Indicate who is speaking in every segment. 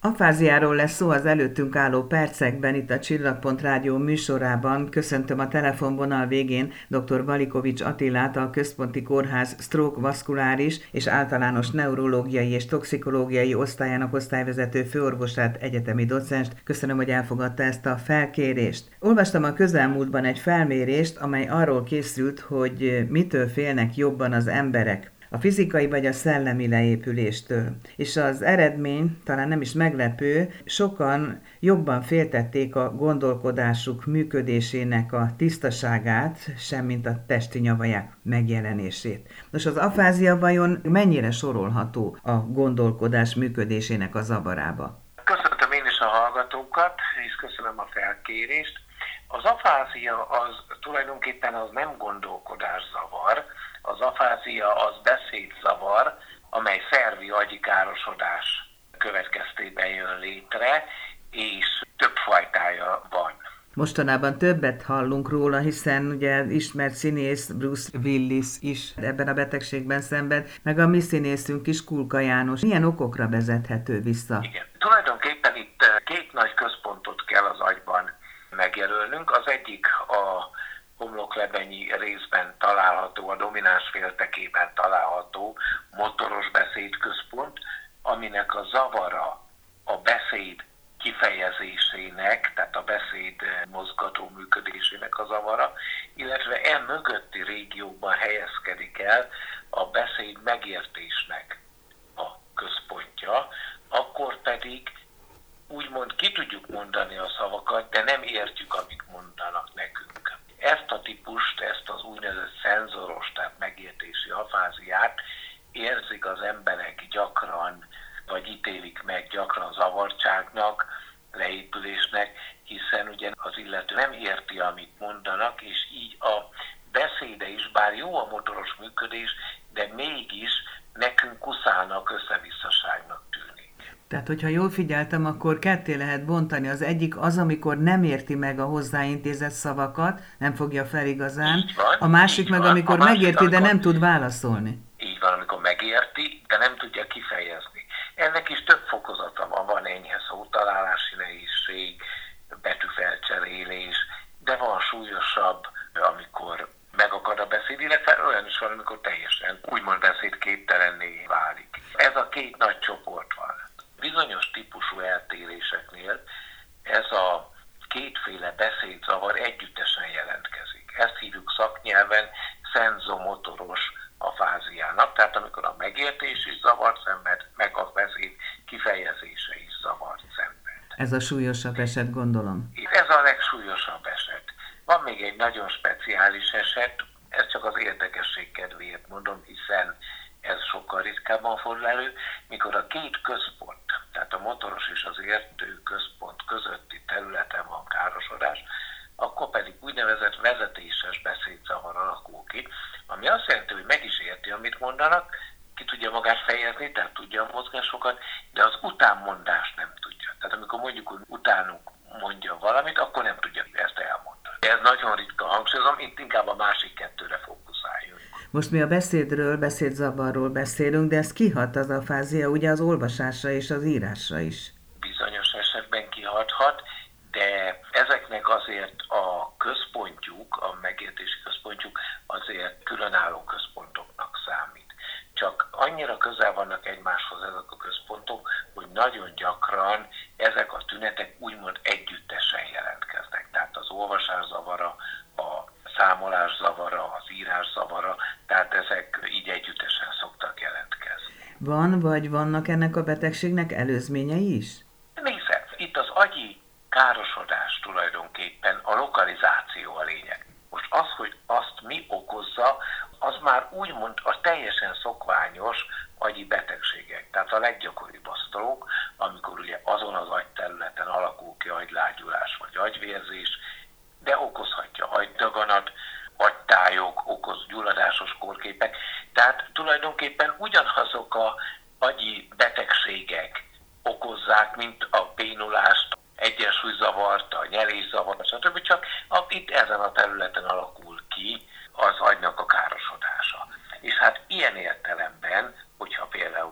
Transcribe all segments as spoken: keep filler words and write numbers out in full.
Speaker 1: Afáziáról lesz szó az előttünk álló percekben itt a Csillagpont Rádió műsorában. Köszöntöm a telefonvonal végén dr. Valikovics Attilát, a Központi Kórház Stroke Vaszkuláris és Általános Neurológiai és Toxikológiai Osztályának osztályvezető főorvosát, egyetemi docenst. Köszönöm, hogy elfogadta ezt a felkérést. Olvastam a közelmúltban egy felmérést, amely arról készült, hogy mitől félnek jobban az emberek. A fizikai vagy a szellemi leépüléstől. És az eredmény talán nem is meglepő, sokan jobban féltették a gondolkodásuk működésének a tisztaságát, semmint a testi nyavaják megjelenését. Nos, az afázia vajon mennyire sorolható a gondolkodás működésének a zavarába?
Speaker 2: Köszöntöm én is a hallgatókat, és köszönöm a felkérést. Az afázia az tulajdonképpen az nem gondolkodászavar, az afázia az beszédzavar, amely szervi agyi károsodás következtében jön létre, és több fajtája van.
Speaker 1: Mostanában többet hallunk róla, hiszen ugye ismert színész Bruce Willis is ebben a betegségben szenved, meg a mi színészünk is, Kulka János. Milyen okokra vezethető vissza?
Speaker 2: Igen. Tulajdonképpen itt két nagy központot kell az agyban megjelölnünk. Az egyik a homloklebenyi részben található, a domináns féltekében található motoros beszédközpont, aminek a zavara a beszéd kifejezésének, tehát a beszéd mozgató működésének a zavara, illetve e mögötti régióban helyezkedik el a beszéd megértésnek a központja, akkor pedig úgymond ki tudjuk mondani a szavakat, de nem értjük, amik mondanak nekünk. Ezt a típust, ezt az úgynevezett szenzoros, tehát megértési afáziát érzik az emberek gyakran, vagy ítélik meg gyakran zavartságnak, leépülésnek, hiszen ugye az illető nem érti, amit mondanak, és így a beszéde is, bár jó a motoros működés, de mégis nekünk kuszálnak, összevisszaságnak tűnik.
Speaker 1: Tehát, hogyha jól figyeltem, akkor ketté lehet bontani. Az egyik az, amikor nem érti meg a hozzáintézett szavakat, nem fogja fel igazán.
Speaker 2: Van,
Speaker 1: a másik meg,
Speaker 2: van.
Speaker 1: amikor
Speaker 2: a másik,
Speaker 1: megérti,
Speaker 2: amikor,
Speaker 1: de nem tud válaszolni.
Speaker 2: Így van, amikor megérti, de nem tudja kifejezni. Ennek is több fokozata van, van enyhe szótalálási nehézség, betűfelcserélés, de van súlyosabb, amikor megakad a beszéd, illetve olyan is van, amikor teljesen úgymond beszédképtelenné válik. Ez a két nagy csoport van. Bizonyos típusú eltéréseknél ez a kétféle beszédzavar együttesen jelentkezik. Ezt hívjuk szaknyelven szenzomotoros afáziának, tehát amikor a megértés is zavart szenved, meg a beszéd kifejezése is zavart szenved.
Speaker 1: Ez a súlyosabb eset, gondolom.
Speaker 2: Ez a legsúlyosabb eset. Van még egy nagyon speciális eset, ez csak az érdekesség kedvéért mondom, hiszen ez sokkal ritkábban fordul elő, mikor a két központ, tehát a motoros és az értő központ közötti területen van károsodás, akkor pedig úgynevezett vezetéses beszédzavar alakul ki, ami azt jelenti, hogy meg is érti, amit mondanak, ki tudja magát fejezni, tehát tudja a mozgásokat, de az utánmondást nem tudja. Tehát amikor mondjuk, hogy utánuk mondja valamit, akkor nem tudja ezt elmondani. Ez nagyon ritka, hangsúlyozom, itt inkább a másik kettőre fókuszáljunk.
Speaker 1: Most mi a beszédről, beszédzavarról beszélünk, de ez kihat az afázia ugye az olvasásra és az írásra is.
Speaker 2: Bizonyos esetben kihathat, de ezeknek azért a központjuk, a megértési központjuk azért különálló központoknak számít. Csak annyira közel vannak egymáshoz ezek a központok, hogy nagyon gyakran ezek a tünetek úgymond együttesen jelentkeznek. Tehát az olvasás zavara, a számolás zavara, az írás zavara, tehát ezek így együttesen szoktak jelentkezni.
Speaker 1: Van, vagy vannak ennek a betegségnek előzményei is?
Speaker 2: Nézd, itt az agyi károsodás tulajdonképpen a lokalizáció a lényeg. Most az, hogy azt mi okozza, az már úgymond a teljesen szokványos agyi betegségek. Tehát a leggyakoribb a stroke, amikor ugye azon az agyterületen alakul ki agylágyulás vagy agyvérzés, de okozhatja agydaganat, agytályok, okoz gyulladásos kórképek. Tehát tulajdonképpen ugyanazok a agyi betegségek okozzák, mint a bénulást, egyensúlyzavart, a nyelészavart, stb. Csak itt ezen a területen alakul ki az agynak a károsodása. És hát ilyen értelemben, hogyha például ezt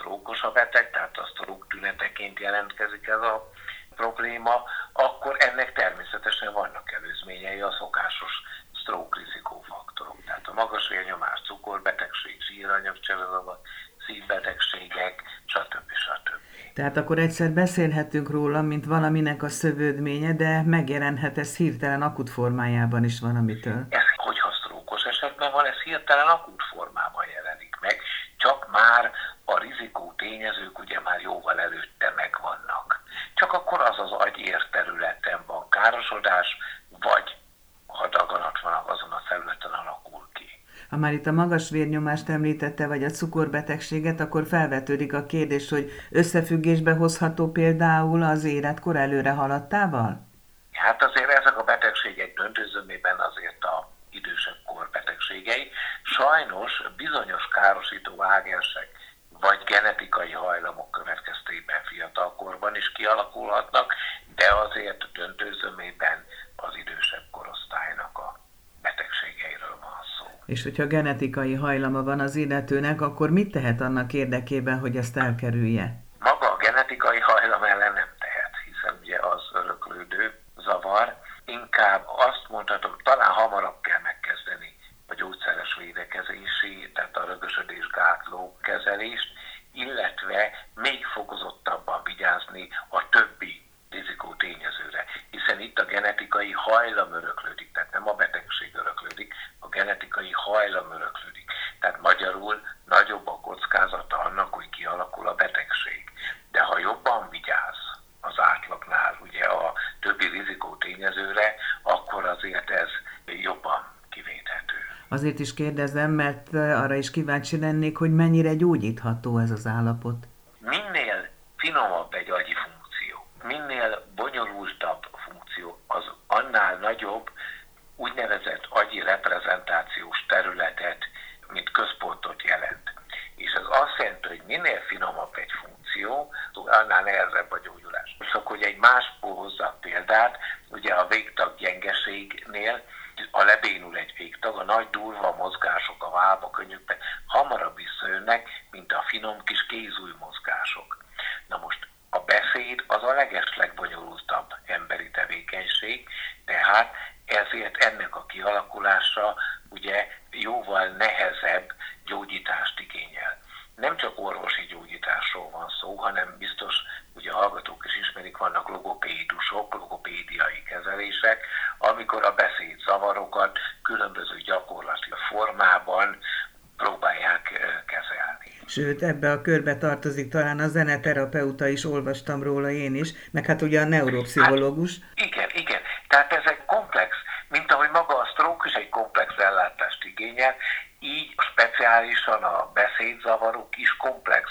Speaker 2: sztrókos a beteg, tehát a sztrók tüneteként jelentkezik ez a probléma, akkor ennek természetesen vannak előzményei, a szokásos sztrók rizikófaktorok. Tehát a magas vérnyomás, cukorbetegség, zsíranyagcserezavar, szívbetegségek, stb. stb.
Speaker 1: Tehát akkor egyszer beszélhetünk róla, mint valaminek a szövődménye, de megjelenhet ez hirtelen akut formájában is valamitől.
Speaker 2: Ez, hogyha sztrókos esetben van, ez hirtelen akut formában jelenik meg, csak már a rizikó tényezők ugye már jóval előtte megvannak. Csak akkor az az agy érterületen van károsodás, vagy ha daganat van, azon a területen alakul ki.
Speaker 1: Ha már itt a magas vérnyomást említette, vagy a cukorbetegséget, akkor felvetődik a kérdés, hogy összefüggésbe hozható például az életkor előre haladtával?
Speaker 2: Hát azért ezek a betegségek döntőzömében azért a idősebb kor betegségei. Sajnos bizonyos károsító ágensek vagy genetikai hajlamok következtében fiatalkorban is kialakulhatnak, de azért döntőzömében az idősebb korosztálynak a betegségeiről van szó.
Speaker 1: És hogyha genetikai hajlama van az illetőnek, akkor mit tehet annak érdekében, hogy ezt elkerülje?
Speaker 2: Maga a genetikai hajlam ellen nem tehet, hiszen ugye az öröklődő zavar. Inkább azt mondhatom, talán hamarabb kell megkezdeni a gyógyszeres védekezési, tehát a rögösödés gátló kezelést, illetve még fokozottabban vigyázni a többi rizikó tényezőre, hiszen itt a genetikai hajlam öröklődik, tehát nem a betegség öröklődik, a genetikai hajlam öröklődik. Tehát magyarul nagyobb a kockázata annak, hogy kialakul a betegség. De ha jobban vigyáz az átlagnál ugye a többi rizikó tényezőre, akkor azért ez jobban kivéthető.
Speaker 1: Azért is kérdezem, mert arra is kíváncsi lennék, hogy mennyire gyógyítható ez az állapot.
Speaker 2: Minél finomabb egy agyi funkció, minél bonyolultabb funkció, az annál nagyobb úgynevezett agyi reprezentációs területet, mint központot jelent. És ez azt jelenti, hogy minél finomabb egy funkció, annál nehezebb a gyógyulás. Csak hogy egy másból hozzak példát, ugye a végtag gyengeségnél a lebénul egy végtag, a nagy durva mozgások a vállba, könyökbe hamarabb visszajönnek, mint a finom kis kézúj mozgások. Na most a beszéd az a legeslegbonyolultabb emberi tevékenység, tehát ezért ennek a kialakulása ugye jóval nehezebb gyógyítást igényel. Nem csak orvosi gyógyításról van szó, hanem biztos, ugye a hallgatók is ismerik, vannak logopédusok, logopédiai kezelések, amikor a beszédzavarokat különböző gyakorlati formában próbálják kezelni.
Speaker 1: Sőt, ebbe a körbe tartozik talán a zeneterapeuta is, olvastam róla én is, meg hát ugye a neuropszichológus.
Speaker 2: Hát, igen, igen. Tehát ezek komplex, mint ahogy maga a sztrók is egy komplex ellátást igényel, így speciálisan a beszédzavarok is komplex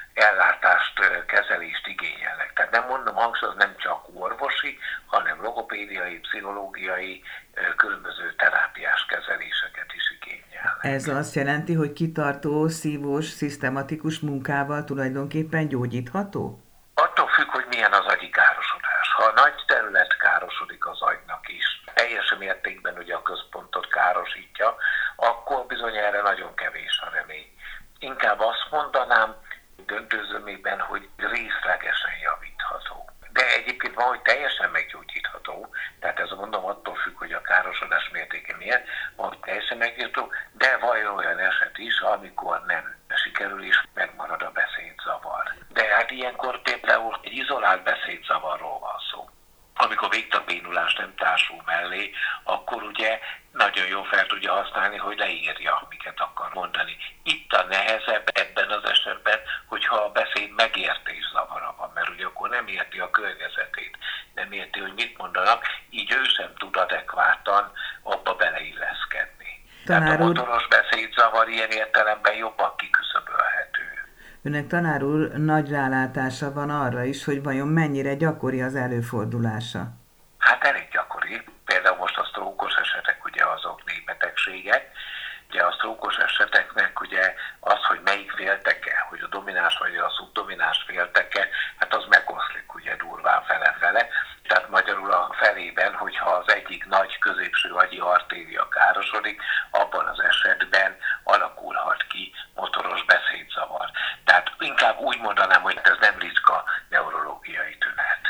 Speaker 2: ellátást, kezelést igényelnek. Tehát nem mondom hangsúlyozni, nem csak orvosi, hanem logopédiai, pszichológiai, különböző terápiás kezeléseket is igényelnek.
Speaker 1: Ez azt jelenti, hogy kitartó, szívós, szisztematikus munkával tulajdonképpen gyógyítható?
Speaker 2: Attól függ, hogy milyen az agyi károsodás. Ha nagy terület károsodik az agynak is, teljes mértékben ugye a központot károsítja, akkor bizony erre nagyon kevés a remény. Inkább azt mondanám döntőzömében, hogy részlegesen javítható. De egyébként van, hogy teljesen meggyógyítható, tehát ez mondom attól függ, hogy a károsodás mértéke milyen, van, hogy teljesen meggyógyítható, de van olyan eset is, amikor nem sikerül és megmarad a beszédzavar. De hát ilyenkor például egy izolált beszédzavarról van szó. Amikor végtagbénulás nem társul mellé, akkor ugye nagyon jól fel tudja használni, hogy leírja, miket akar mondani. Itt a nehezebb ebben az esetben, hogyha a beszéd megértés zavara van, mert ugye akkor nem érti a környezetét, nem érti, hogy mit mondanak, így ő sem tud adekvátan abba beleilleszkedni. Tehát a motoros beszédzavar ilyen értelemben jobban kiküszöbölhető.
Speaker 1: Önnek tanár úr nagy rálátása van arra is, hogy vajon mennyire gyakori az előfordulása?
Speaker 2: Hát elég gyakori. Például most a sztrókos esetek ugye azok népbetegségek. Ugye a sztrókos eseteknek ugye az, hogy melyik félteke, hogy a domináns vagy a szubdomináns félteke, hát az megoszlik ugye durván fele-fele. Tehát magyarul a felében, hogyha az egyik nagy középső agyi artéria károsodik, abban az esetben alakulhat ki motoros beszédzavar. Tehát inkább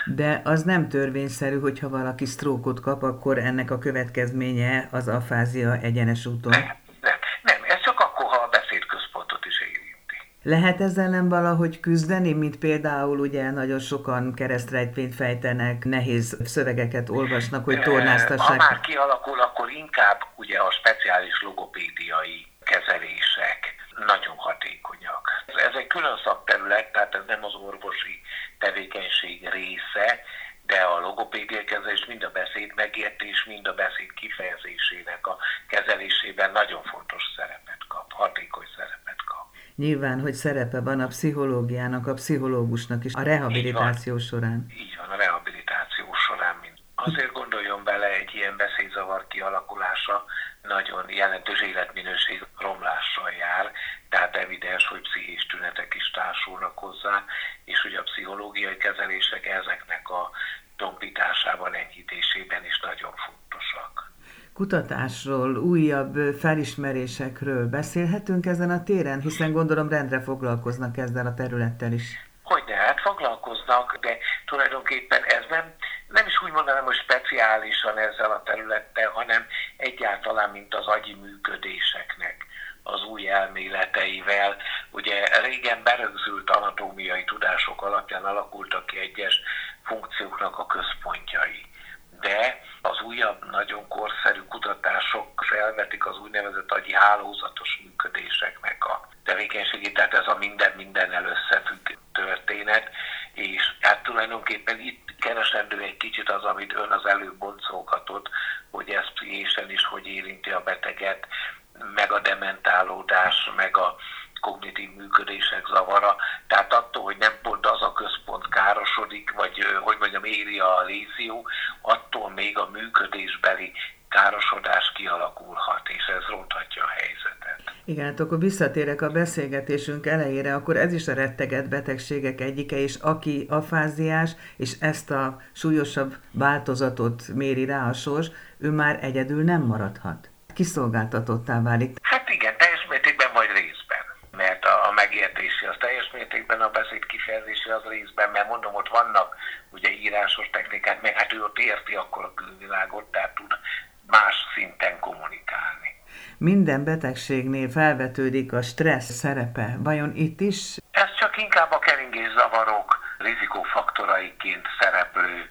Speaker 1: De az nem törvényszerű, hogyha valaki sztrókot kap, akkor ennek a következménye az afázia egyenes úton?
Speaker 2: Nem, nem, nem, ez csak akkor, ha a beszédközpontot is érinti.
Speaker 1: Lehet ezzel ellen valahogy küzdeni, mint például ugye nagyon sokan keresztrejtvényt fejtenek, nehéz szövegeket olvasnak, hogy tornáztassák?
Speaker 2: Ha már kialakul, akkor inkább ugye a speciális logopédiai kezelések nagyon hatékonyak. Ez egy külön szakterület, tehát ez nem az orvosi tevékenység része, de a logopédiai kezelés mind a beszéd megértés, mind a beszéd kifejezésének a kezelésében nagyon fontos szerepet kap, hatékony szerepet kap.
Speaker 1: Nyilván, hogy szerepe van a pszichológiának, a pszichológusnak is a rehabilitáció során.
Speaker 2: Így van, a rehabilitáció során. Azért gondoljon bele, egy ilyen beszédzavar kialakulása nagyon jelentős életminőség romlással jár, tehát evidens, hogy pszichés tünetek is társulnak hozzá, és hogy a pszichológiai kezelések ezeknek a tompításában, enyhítésében is nagyon fontosak.
Speaker 1: Kutatásról, újabb felismerésekről beszélhetünk ezen a téren, hiszen gondolom rendre foglalkoznak ezzel a területtel is.
Speaker 2: Hogyne, hát foglalkoznak, de tulajdonképpen ez nem, nem is úgy mondanám, hogy speciálisan ezzel a területtel, hanem egyáltalán, mint az agyi működéseknek az új elméleteivel. Ugye régen berögzült anatómiai tudások alapján alakultak ki egyes funkcióknak a központjai. De az újabb, nagyon korszerű kutatások felvetik az úgynevezett agyi hálózatos működéseknek a tevékenységét, tehát ez a minden mindennel összefügg történet, és hát tulajdonképpen itt keresendő egy kicsit az, amit ön az előbb boncolgatott, hogy ez pszichésen is hogy érinti a beteget, meg a dementálódás, meg a kognitív működések zavara, tehát attól, hogy nem pont az a központ károsodik, vagy hogy mondjam, éri a lézió, attól még a működésbeli károsodás kialakulhat, és ez ronthatja a helyzetet.
Speaker 1: Igen, hát akkor visszatérek a beszélgetésünk elejére, akkor ez is a rettegett betegségek egyike, és aki afáziás, és ezt a súlyosabb változatot méri rá a sors, ő már egyedül nem maradhat. Kiszolgáltatottá válik.
Speaker 2: Hát igen, teljes mértékben vagy részben, mert a, a megértési az teljes mértékben, a beszéd kifejezési az részben, mert mondom, ott vannak ugye írásos technikák, meg hát ő ott érti akkor a külvilágot, tehát tud más szinten kommunikálni.
Speaker 1: Minden betegségnél felvetődik a stressz szerepe. Vajon itt is?
Speaker 2: Ez csak inkább a keringészavarok rizikófaktoraiként szereplő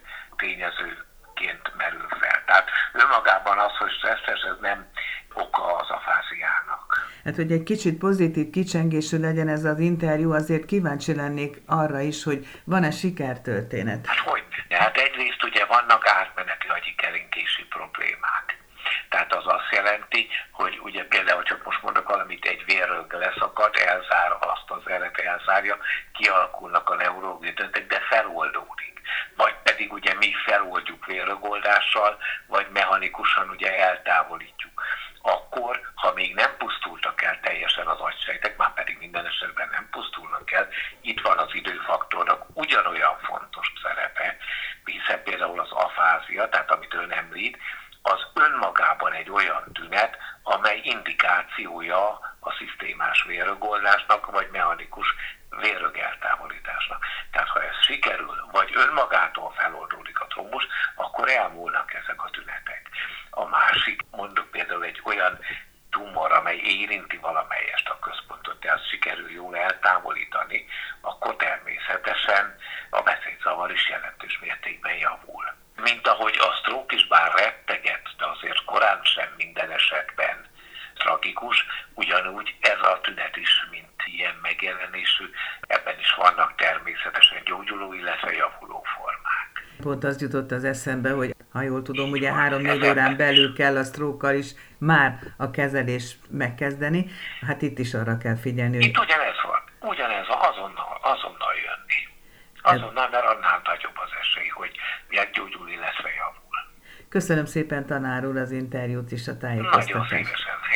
Speaker 2: tényezőként merül fel. Tehát önmagában az, hogy stresszes, ez nem oka az afáziának.
Speaker 1: Hát, hogy egy kicsit pozitív kicsengésű legyen ez az interjú, azért kíváncsi lennék arra is, hogy van-e sikertörténet.
Speaker 2: Hát hogy? Hát egyrészt ugye vannak átmeneti agyi keringési problémák. Tehát az azt jelenti, hogy ugye például, csak most mondok valamit, egy vérrög leszakad, elzár, azt az eret elzárja, kialakulnak a neurológiai tünetek, de feloldódik. Vagy pedig ugye mi feloldjuk vérrögoldással, vagy mechanikusan ugye eltávolítjuk. Akkor, ha még nem pusztultak el teljesen az agysejtek, már pedig minden esetben nem pusztulnak el, itt van az időfaktornak ugyanolyan fontos szerepe, hiszen például az afázia, tehát amit ön említ, az önmagában egy olyan tünet, amely indikációja a szisztémás vérrögoldásnak, vagy mechanikus vérrög eltávolításnak. Tehát ha ez sikerül, vagy önmagától feloldódik a trombus, akkor elmúlnak ezek a tünetek. A másik, mondok például egy olyan tumor, amely érinti valamelyest a központot, de azt sikerül jól eltávolítani, akkor természetesen a beszédzavar is jelentős mértékben javul. Mint ahogy a stroke is bár retteget, de azért korán sem minden esetben tragikus, ugyanúgy ez a tünet is, mint ilyen megjelenésű, ebben is vannak természetesen gyógyuló, illetve javuló formák.
Speaker 1: Pont az jutott az eszembe, hogy ha jól tudom, ugye három-négy órán belül kell a stroke-kal is már a kezelés megkezdeni, hát itt is arra kell figyelni, hogy...
Speaker 2: Itt ugyanez van, ugyanez van, azonnal, azonnal jönni. Azonnal, mert annál nagyobb az esély, hogy meggyógyul, illetve javul.
Speaker 1: Köszönöm szépen, tanár úr, az interjút és a tájékoztatást.
Speaker 2: Nagyon szívesen.